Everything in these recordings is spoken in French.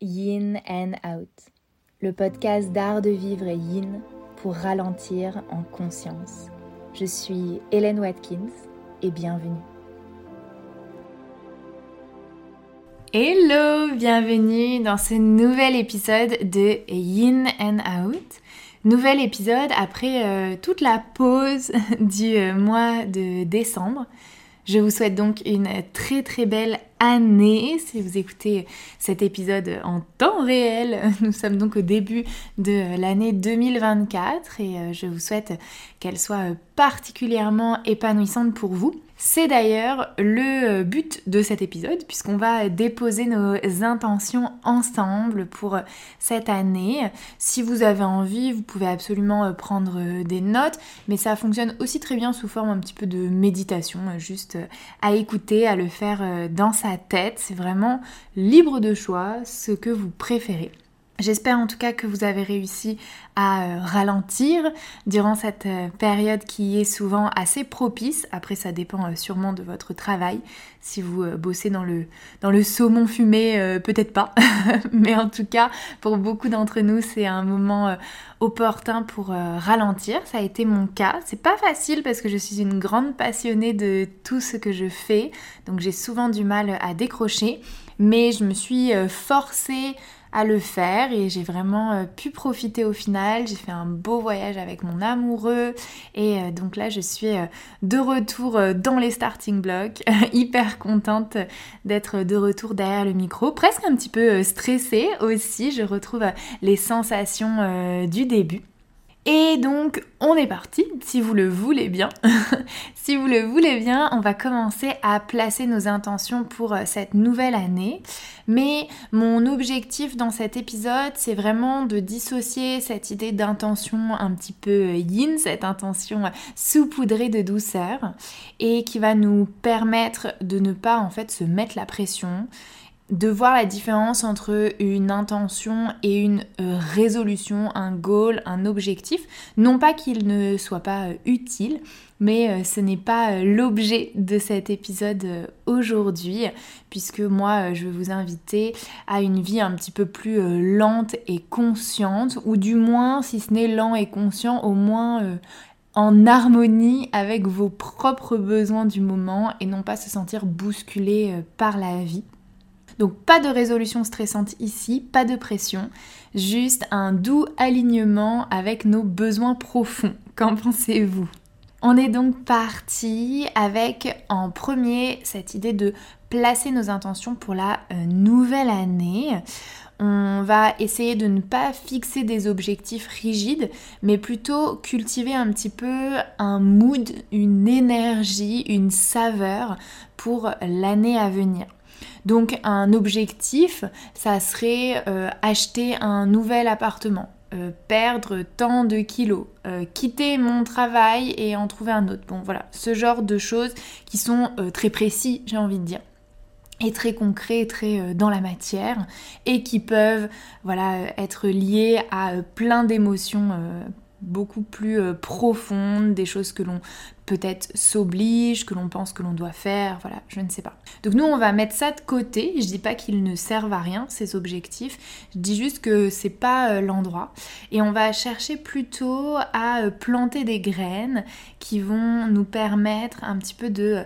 Yin and Out, le podcast d'art de vivre yin pour ralentir en conscience. Je suis Hélène Watkins et bienvenue. Hello, bienvenue dans ce nouvel épisode de Yin and Out. Nouvel épisode après toute la pause du mois de décembre. Je vous souhaite donc une très très belle année si vous écoutez cet épisode en temps réel. Nous sommes donc au début de l'année 2024 et je vous souhaite qu'elle soit particulièrement épanouissante pour vous. C'est d'ailleurs le but de cet épisode puisqu'on va déposer nos intentions ensemble pour cette année. Si vous avez envie, vous pouvez absolument prendre des notes, mais ça fonctionne aussi très bien sous forme un petit peu de méditation, juste à écouter, à le faire dans sa tête. C'est vraiment libre de choix, ce que vous préférez. J'espère en tout cas que vous avez réussi à ralentir durant cette période qui est souvent assez propice. Après, ça dépend sûrement de votre travail. Si vous bossez dans le saumon fumé, peut-être pas. Mais en tout cas, pour beaucoup d'entre nous, c'est un moment opportun pour ralentir. Ça a été mon cas. C'est pas facile parce que je suis une grande passionnée de tout ce que je fais. Donc j'ai souvent du mal à décrocher. Mais je me suis forcée à le faire et j'ai vraiment pu profiter au final. J'ai fait un beau voyage avec mon amoureux et donc là je suis de retour dans les starting blocks, hyper contente d'être de retour derrière le micro, presque un petit peu stressée aussi. Je retrouve les sensations du début. Et donc, on est parti, si vous le voulez bien. Si vous le voulez bien, on va commencer à placer nos intentions pour cette nouvelle année. Mais mon objectif dans cet épisode, c'est vraiment de dissocier cette idée d'intention un petit peu yin, cette intention saupoudrée de douceur, et qui va nous permettre de ne pas en fait se mettre la pression, de voir la différence entre une intention et une résolution, un goal, un objectif. Non pas qu'il ne soit pas utile, mais ce n'est pas l'objet de cet épisode aujourd'hui, puisque moi je vais vous inviter à une vie un petit peu plus lente et consciente, ou du moins, si ce n'est lent et conscient, au moins en harmonie avec vos propres besoins du moment et non pas se sentir bousculé par la vie. Donc pas de résolution stressante ici, pas de pression, juste un doux alignement avec nos besoins profonds. Qu'en pensez-vous ? On est donc parti avec en premier cette idée de placer nos intentions pour la nouvelle année. On va essayer de ne pas fixer des objectifs rigides, mais plutôt cultiver un petit peu un mood, une énergie, une saveur pour l'année à venir. Donc un objectif, ça serait acheter un nouvel appartement, perdre tant de kilos, quitter mon travail et en trouver un autre. Bon voilà, ce genre de choses qui sont très précis, j'ai envie de dire, et très concrets, très dans la matière, et qui peuvent être liés à plein d'émotions beaucoup plus profondes, des choses que l'on peut-être s'oblige, que l'on pense que l'on doit faire, voilà, je ne sais pas. Donc nous on va mettre ça de côté, je dis pas qu'ils ne servent à rien, ces objectifs, je dis juste que c'est pas l'endroit, et on va chercher plutôt à planter des graines qui vont nous permettre un petit peu de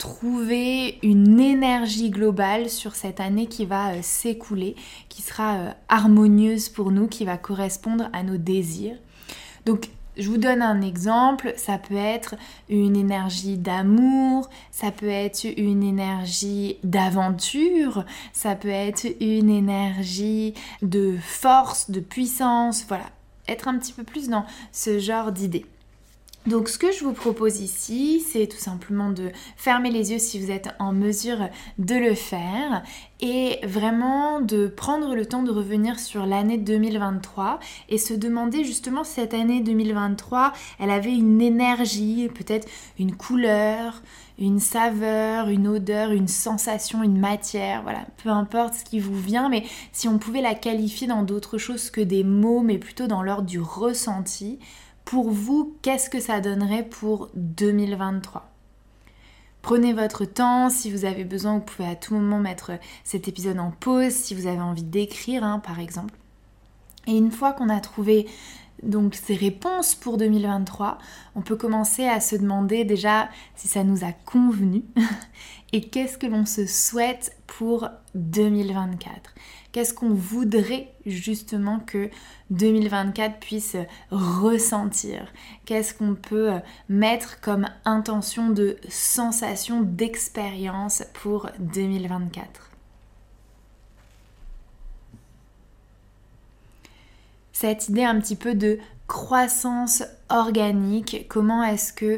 trouver une énergie globale sur cette année qui va s'écouler, qui sera harmonieuse pour nous, qui va correspondre à nos désirs. Donc je vous donne un exemple, ça peut être une énergie d'amour, ça peut être une énergie d'aventure, ça peut être une énergie de force, de puissance, voilà, être un petit peu plus dans ce genre d'idée. Donc ce que je vous propose ici, c'est tout simplement de fermer les yeux si vous êtes en mesure de le faire et vraiment de prendre le temps de revenir sur l'année 2023 et se demander justement si cette année 2023, elle avait une énergie, peut-être une couleur, une saveur, une odeur, une sensation, une matière, voilà, peu importe ce qui vous vient, mais si on pouvait la qualifier dans d'autres choses que des mots, mais plutôt dans l'ordre du ressenti, pour vous, qu'est-ce que ça donnerait pour 2023 ? Prenez votre temps, si vous avez besoin, vous pouvez à tout moment mettre cet épisode en pause, si vous avez envie d'écrire, par exemple. Et une fois qu'on a trouvé donc ces réponses pour 2023, on peut commencer à se demander déjà si ça nous a convenu et qu'est-ce que l'on se souhaite pour 2024. Qu'est-ce qu'on voudrait justement que 2024 puisse ressentir? Qu'est-ce qu'on peut mettre comme intention de sensation, d'expérience pour 2024? Cette idée un petit peu de croissance organique, comment est-ce que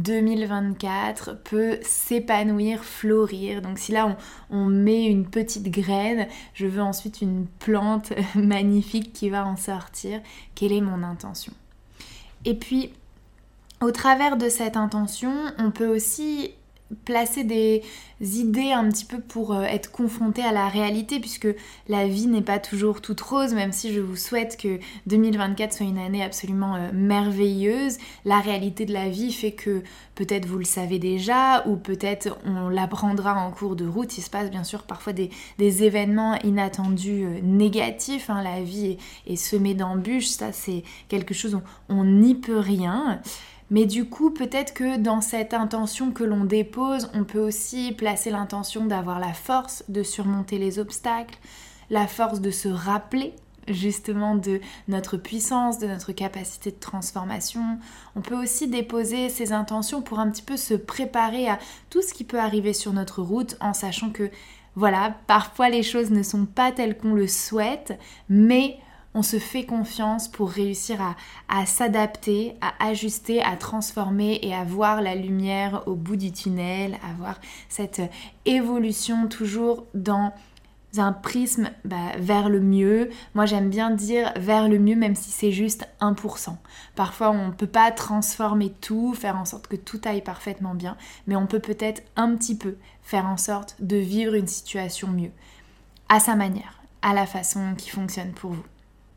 2024 peut s'épanouir, florir. Donc si là on met une petite graine, je veux ensuite une plante magnifique qui va en sortir. Quelle est mon intention? Et puis au travers de cette intention, on peut aussi placer des idées un petit peu pour être confronté à la réalité, puisque la vie n'est pas toujours toute rose, même si je vous souhaite que 2024 soit une année absolument merveilleuse. La réalité de la vie fait que peut-être vous le savez déjà, ou peut-être on l'apprendra en cours de route. Il se passe bien sûr parfois des événements inattendus négatifs, La vie est semée d'embûches, ça c'est quelque chose où on n'y peut rien. Mais du coup, peut-être que dans cette intention que l'on dépose, on peut aussi placer l'intention d'avoir la force de surmonter les obstacles, la force de se rappeler justement de notre puissance, de notre capacité de transformation. On peut aussi déposer ces intentions pour un petit peu se préparer à tout ce qui peut arriver sur notre route en sachant que, voilà, parfois les choses ne sont pas telles qu'on le souhaite, mais on se fait confiance pour réussir à s'adapter, à ajuster, à transformer et à voir la lumière au bout du tunnel, à voir cette évolution toujours dans un prisme vers le mieux. Moi j'aime bien dire vers le mieux même si c'est juste 1%. Parfois on ne peut pas transformer tout, faire en sorte que tout aille parfaitement bien, mais on peut peut-être un petit peu faire en sorte de vivre une situation mieux, à sa manière, à la façon qui fonctionne pour vous.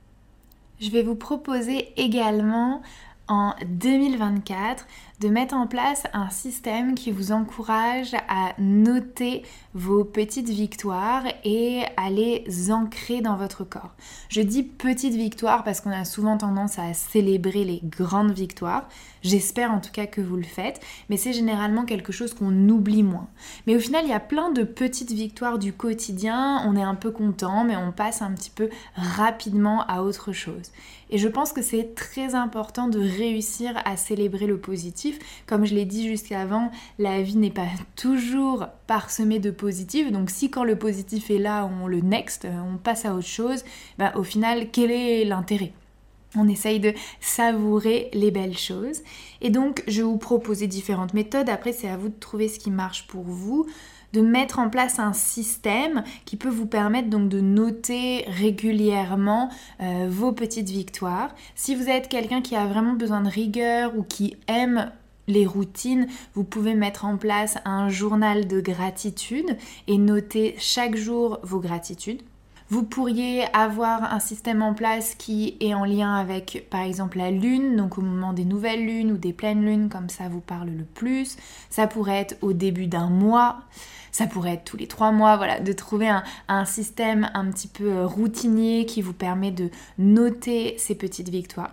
Je vais vous proposer également en 2024 de mettre en place un système qui vous encourage à noter vos petites victoires et à les ancrer dans votre corps. Je dis petites victoires parce qu'on a souvent tendance à célébrer les grandes victoires. J'espère en tout cas que vous le faites, mais c'est généralement quelque chose qu'on oublie moins. Mais au final, il y a plein de petites victoires du quotidien, on est un peu content, mais on passe un petit peu rapidement à autre chose. Et je pense que c'est très important de réussir à célébrer le positif. Comme je l'ai dit jusqu'avant, la vie n'est pas toujours parsemée de positif. Donc si quand le positif est là, on le next, on passe à autre chose, au final, quel est l'intérêt ? On essaye de savourer les belles choses. Et donc, je vais vous proposer différentes méthodes. Après, c'est à vous de trouver ce qui marche pour vous. De mettre en place un système qui peut vous permettre donc de noter régulièrement vos petites victoires. Si vous êtes quelqu'un qui a vraiment besoin de rigueur ou qui aime les routines, vous pouvez mettre en place un journal de gratitude et noter chaque jour vos gratitudes. Vous pourriez avoir un système en place qui est en lien avec par exemple la lune, donc au moment des nouvelles lunes ou des pleines lunes, comme ça vous parle le plus. Ça pourrait être au début d'un mois, ça pourrait être tous les 3 mois, voilà, de trouver un système un petit peu routinier qui vous permet de noter ces petites victoires.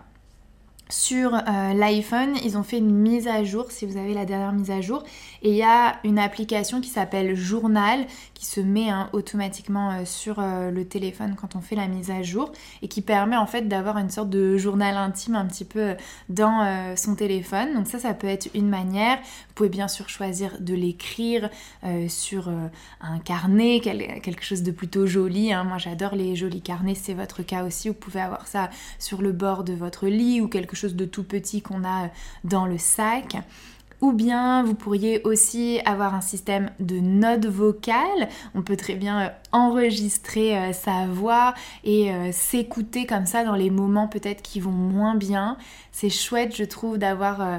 Sur l'iPhone, ils ont fait une mise à jour, si vous avez la dernière mise à jour, et il y a une application qui s'appelle Journal qui se met automatiquement sur le téléphone quand on fait la mise à jour et qui permet en fait d'avoir une sorte de journal intime un petit peu dans son téléphone. Donc ça peut être une manière. Vous pouvez bien sûr choisir de l'écrire sur un carnet, quelque chose de plutôt joli. Moi j'adore les jolis carnets, c'est votre cas aussi. Vous pouvez avoir ça sur le bord de votre lit ou quelque chose de tout petit qu'on a dans le sac. Ou bien vous pourriez aussi avoir un système de notes vocales. On peut très bien enregistrer sa voix et s'écouter comme ça dans les moments peut-être qui vont moins bien. C'est chouette, je trouve, d'avoir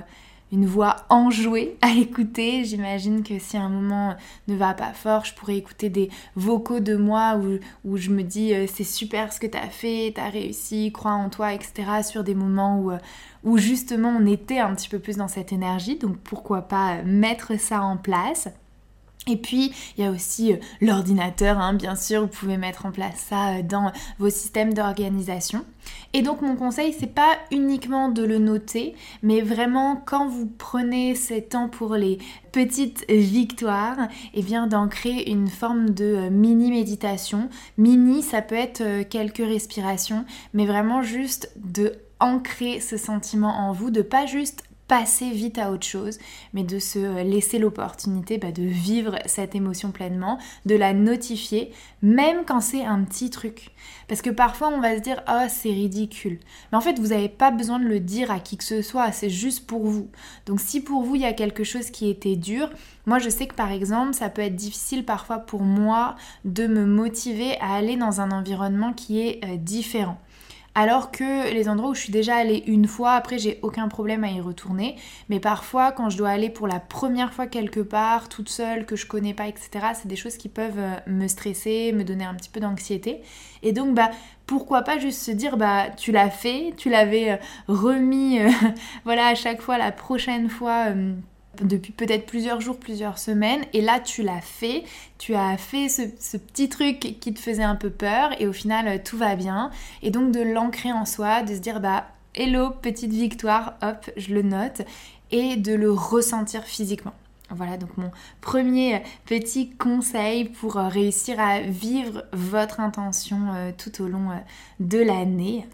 une voix enjouée à écouter. J'imagine que si un moment ne va pas fort, je pourrais écouter des vocaux de moi où je me dis c'est super ce que t'as fait, t'as réussi, crois en toi, etc. sur des moments où justement on était un petit peu plus dans cette énergie. Donc pourquoi pas mettre ça en place. Et puis, il y a aussi l'ordinateur, hein, bien sûr, vous pouvez mettre en place ça dans vos systèmes d'organisation. Et donc, mon conseil, c'est pas uniquement de le noter, mais vraiment, quand vous prenez ces temps pour les petites victoires, eh bien, d'en créer une forme de mini-méditation. Mini, ça peut être quelques respirations, mais vraiment juste de ancrer ce sentiment en vous, de pas juste passer vite à autre chose, mais de se laisser l'opportunité de vivre cette émotion pleinement, de la notifier, même quand c'est un petit truc. Parce que parfois on va se dire « Oh, c'est ridicule ». Mais en fait, vous n'avez pas besoin de le dire à qui que ce soit, c'est juste pour vous. Donc si pour vous, il y a quelque chose qui était dur, moi je sais que par exemple, ça peut être difficile parfois pour moi de me motiver à aller dans un environnement qui est différent. Alors que les endroits où je suis déjà allée une fois, après j'ai aucun problème à y retourner. Mais parfois quand je dois aller pour la première fois quelque part, toute seule, que je connais pas, etc. c'est des choses qui peuvent me stresser, me donner un petit peu d'anxiété. Et donc pourquoi pas juste se dire tu l'as fait, tu l'avais remis voilà à chaque fois la prochaine fois depuis peut-être plusieurs jours, plusieurs semaines, et là tu l'as fait, tu as fait ce petit truc qui te faisait un peu peur, et au final tout va bien, et donc de l'ancrer en soi, de se dire hello, petite victoire, hop, je le note, et de le ressentir physiquement. Voilà donc mon premier petit conseil pour réussir à vivre votre intention tout au long de l'année.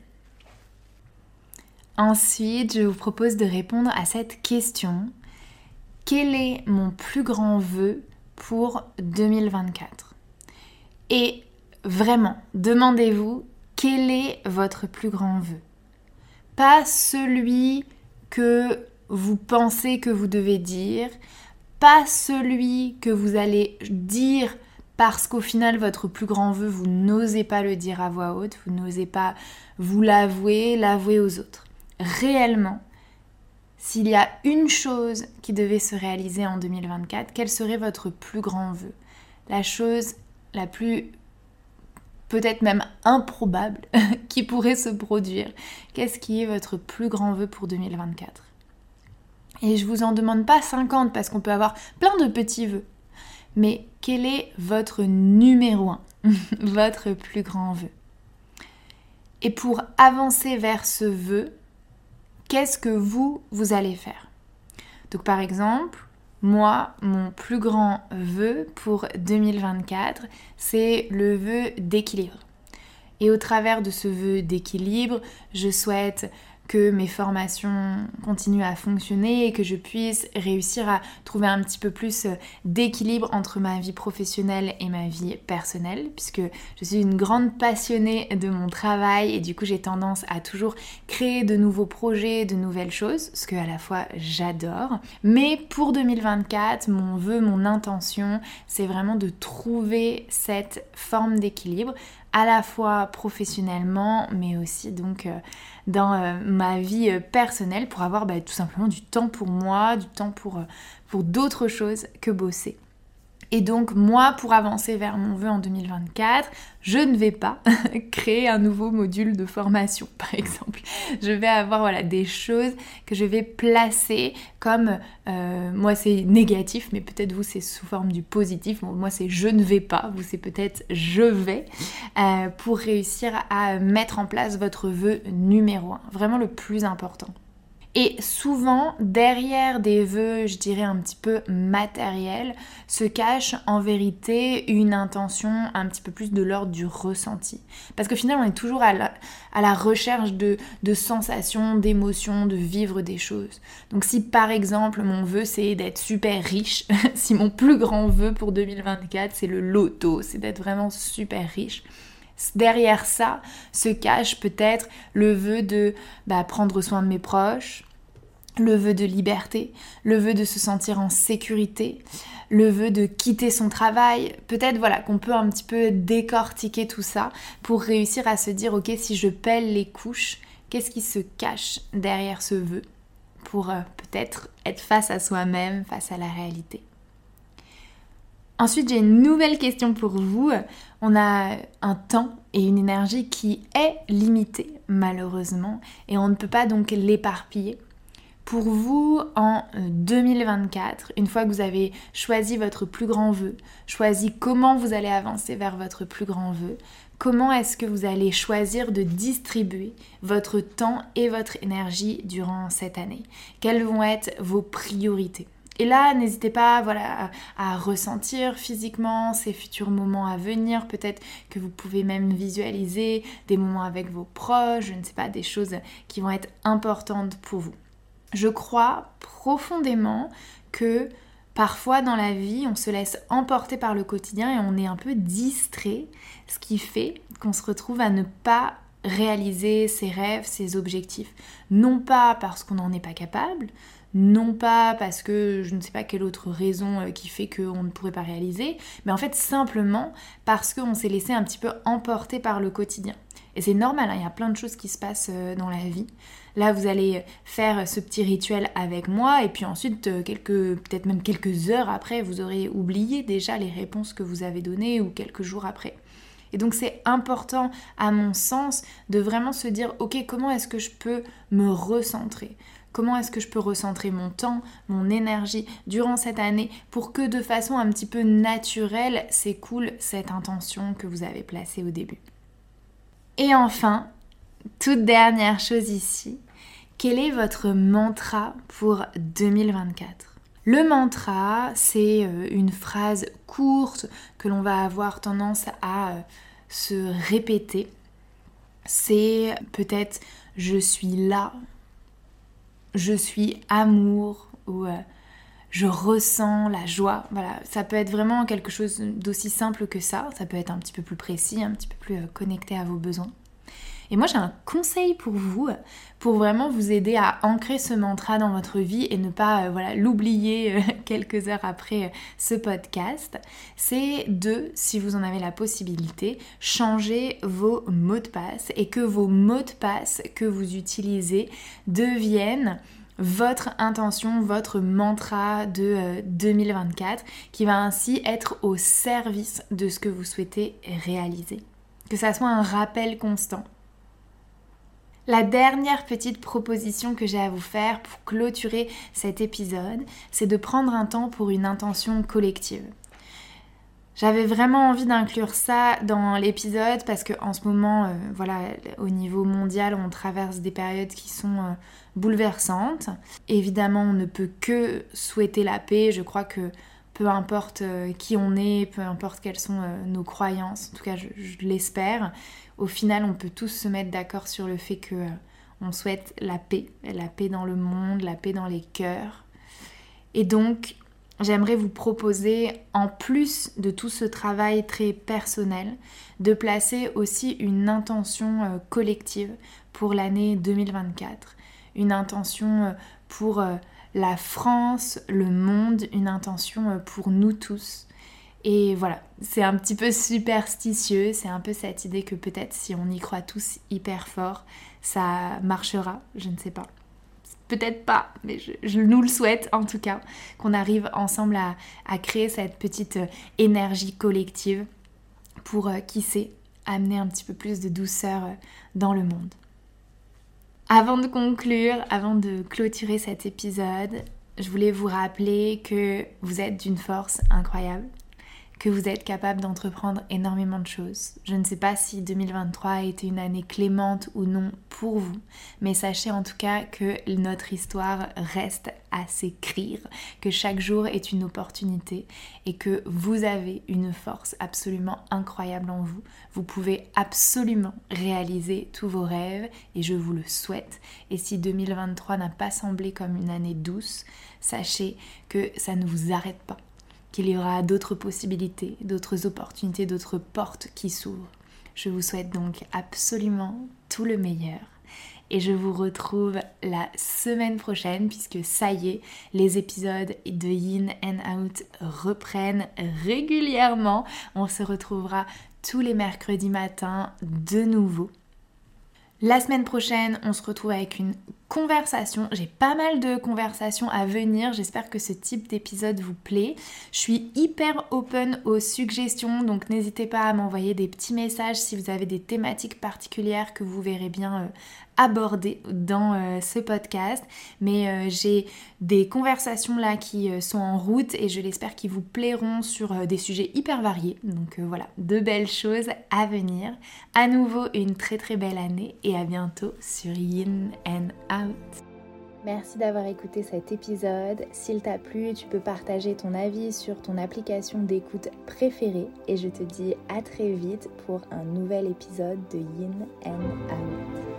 Ensuite, je vous propose de répondre à cette question. Quel est mon plus grand vœu pour 2024 ? Et vraiment, demandez-vous, quel est votre plus grand vœu ? Pas celui que vous pensez que vous devez dire, pas celui que vous allez dire parce qu'au final, votre plus grand vœu, vous n'osez pas le dire à voix haute, vous n'osez pas vous l'avouer aux autres. Réellement, s'il y a une chose qui devait se réaliser en 2024, quel serait votre plus grand vœu ? La chose la plus, peut-être même improbable, qui pourrait se produire. Qu'est-ce qui est votre plus grand vœu pour 2024 ? Et je vous en demande pas 50 parce qu'on peut avoir plein de petits vœux. Mais quel est votre numéro 1 ? Votre plus grand vœu ? Et pour avancer vers ce vœu, qu'est-ce que vous allez faire ? Donc par exemple, moi, mon plus grand vœu pour 2024, c'est le vœu d'équilibre. Et au travers de ce vœu d'équilibre, je souhaite que mes formations continuent à fonctionner et que je puisse réussir à trouver un petit peu plus d'équilibre entre ma vie professionnelle et ma vie personnelle, puisque je suis une grande passionnée de mon travail et du coup j'ai tendance à toujours créer de nouveaux projets, de nouvelles choses, ce que à la fois j'adore. Mais pour 2024, mon vœu, mon intention, c'est vraiment de trouver cette forme d'équilibre, à la fois professionnellement, mais aussi donc dans ma vie personnelle pour avoir tout simplement du temps pour moi, du temps pour d'autres choses que bosser. Et donc moi, pour avancer vers mon vœu en 2024, je ne vais pas créer un nouveau module de formation, par exemple. Je vais avoir des choses que je vais placer comme, moi c'est négatif, mais peut-être vous c'est sous forme du positif. Bon, moi c'est je ne vais pas, vous c'est peut-être je vais, pour réussir à mettre en place votre vœu numéro 1, vraiment le plus important. Et souvent, derrière des vœux, je dirais un petit peu matériels, se cache en vérité une intention un petit peu plus de l'ordre du ressenti. Parce qu'au final, on est toujours à la recherche de sensations, d'émotions, de vivre des choses. Donc si par exemple, mon vœu c'est d'être super riche, si mon plus grand vœu pour 2024 c'est le loto, c'est d'être vraiment super riche, derrière ça se cache peut-être le vœu de prendre soin de mes proches, le vœu de liberté, le vœu de se sentir en sécurité, le vœu de quitter son travail. Peut-être qu'on peut un petit peu décortiquer tout ça pour réussir à se dire ok, si je pèle les couches, qu'est-ce qui se cache derrière ce vœu pour peut-être être face à soi-même, face à la réalité. Ensuite, j'ai une nouvelle question pour vous. On a un temps et une énergie qui est limitée, malheureusement, et on ne peut pas donc l'éparpiller. Pour vous, en 2024, une fois que vous avez choisi votre plus grand vœu, choisi comment vous allez avancer vers votre plus grand vœu, comment est-ce que vous allez choisir de distribuer votre temps et votre énergie durant cette année? Quelles vont être vos priorités? Et là, n'hésitez pas à ressentir physiquement ces futurs moments à venir. Peut-être que vous pouvez même visualiser des moments avec vos proches, je ne sais pas, des choses qui vont être importantes pour vous. Je crois profondément que parfois dans la vie, on se laisse emporter par le quotidien et on est un peu distrait, ce qui fait qu'on se retrouve à ne pas réaliser ses rêves, ses objectifs. Non pas parce qu'on n'en est pas capable, non pas parce que je ne sais pas quelle autre raison qui fait qu'on ne pourrait pas réaliser, mais en fait simplement parce qu'on s'est laissé un petit peu emporter par le quotidien. Et c'est normal, il y a plein de choses qui se passent dans la vie. Là, vous allez faire ce petit rituel avec moi et puis ensuite, peut-être même quelques heures après, vous aurez oublié déjà les réponses que vous avez données ou quelques jours après. Et donc, c'est important, à mon sens, de vraiment se dire « Ok, comment est-ce que je peux me recentrer ? Comment est-ce que je peux recentrer mon temps, mon énergie durant cette année pour que de façon un petit peu naturelle s'écoule cette intention que vous avez placée au début ?» Et enfin, toute dernière chose ici, quel est votre mantra pour 2024 ? Le mantra, c'est une phrase courte que l'on va avoir tendance à se répéter. C'est peut-être « je suis là », « je suis amour » ou je ressens la joie. Voilà, ça peut être vraiment quelque chose d'aussi simple que ça. Ça peut être un petit peu plus précis, un petit peu plus connecté à vos besoins. Et moi, j'ai un conseil pour vous, pour vraiment vous aider à ancrer ce mantra dans votre vie et ne pas l'oublier quelques heures après ce podcast. C'est de, si vous en avez la possibilité, changer vos mots de passe et que vos mots de passe que vous utilisez deviennent votre intention, votre mantra de 2024 qui va ainsi être au service de ce que vous souhaitez réaliser. Que ça soit un rappel constant. La dernière petite proposition que j'ai à vous faire pour clôturer cet épisode, c'est de prendre un temps pour une intention collective. J'avais vraiment envie d'inclure ça dans l'épisode parce qu'en ce moment, au niveau mondial, on traverse des périodes qui sont bouleversantes. Évidemment, on ne peut que souhaiter la paix. Je crois que peu importe qui on est, peu importe quelles sont nos croyances, en tout cas je l'espère, au final on peut tous se mettre d'accord sur le fait que on souhaite la paix dans le monde, la paix dans les cœurs. Et donc j'aimerais vous proposer, en plus de tout ce travail très personnel, de placer aussi une intention collective pour l'année 2024. Une intention pour la France, le monde, une intention pour nous tous. Et voilà, c'est un petit peu superstitieux, c'est un peu cette idée que peut-être si on y croit tous hyper fort, ça marchera, je ne sais pas. Peut-être pas, mais je nous le souhaite en tout cas, qu'on arrive ensemble à créer cette petite énergie collective pour, qui sait, amener un petit peu plus de douceur dans le monde. Avant de conclure, avant de clôturer cet épisode, je voulais vous rappeler que vous êtes d'une force incroyable, que vous êtes capable d'entreprendre énormément de choses. Je ne sais pas si 2023 a été une année clémente ou non pour vous, mais sachez en tout cas que notre histoire reste à s'écrire, que chaque jour est une opportunité et que vous avez une force absolument incroyable en vous. Vous pouvez absolument réaliser tous vos rêves et je vous le souhaite. Et si 2023 n'a pas semblé comme une année douce, sachez que ça ne vous arrête pas, qu'il y aura d'autres possibilités, d'autres opportunités, d'autres portes qui s'ouvrent. Je vous souhaite donc absolument tout le meilleur et je vous retrouve la semaine prochaine puisque ça y est, les épisodes de In and Out reprennent régulièrement. On se retrouvera tous les mercredis matins de nouveau. La semaine prochaine, on se retrouve avec une conversation. J'ai pas mal de conversations à venir, j'espère que ce type d'épisode vous plaît. Je suis hyper open aux suggestions, donc n'hésitez pas à m'envoyer des petits messages si vous avez des thématiques particulières que vous verrez bien aborder dans ce podcast. Mais j'ai des conversations là qui sont en route et je l'espère qui vous plairont sur des sujets hyper variés. Donc voilà, de belles choses à venir. À nouveau une très très belle année et à bientôt sur Yin and Out. Merci d'avoir écouté cet épisode. S'il t'a plu, tu peux partager ton avis sur ton application d'écoute préférée et je te dis à très vite pour un nouvel épisode de Yin and Out.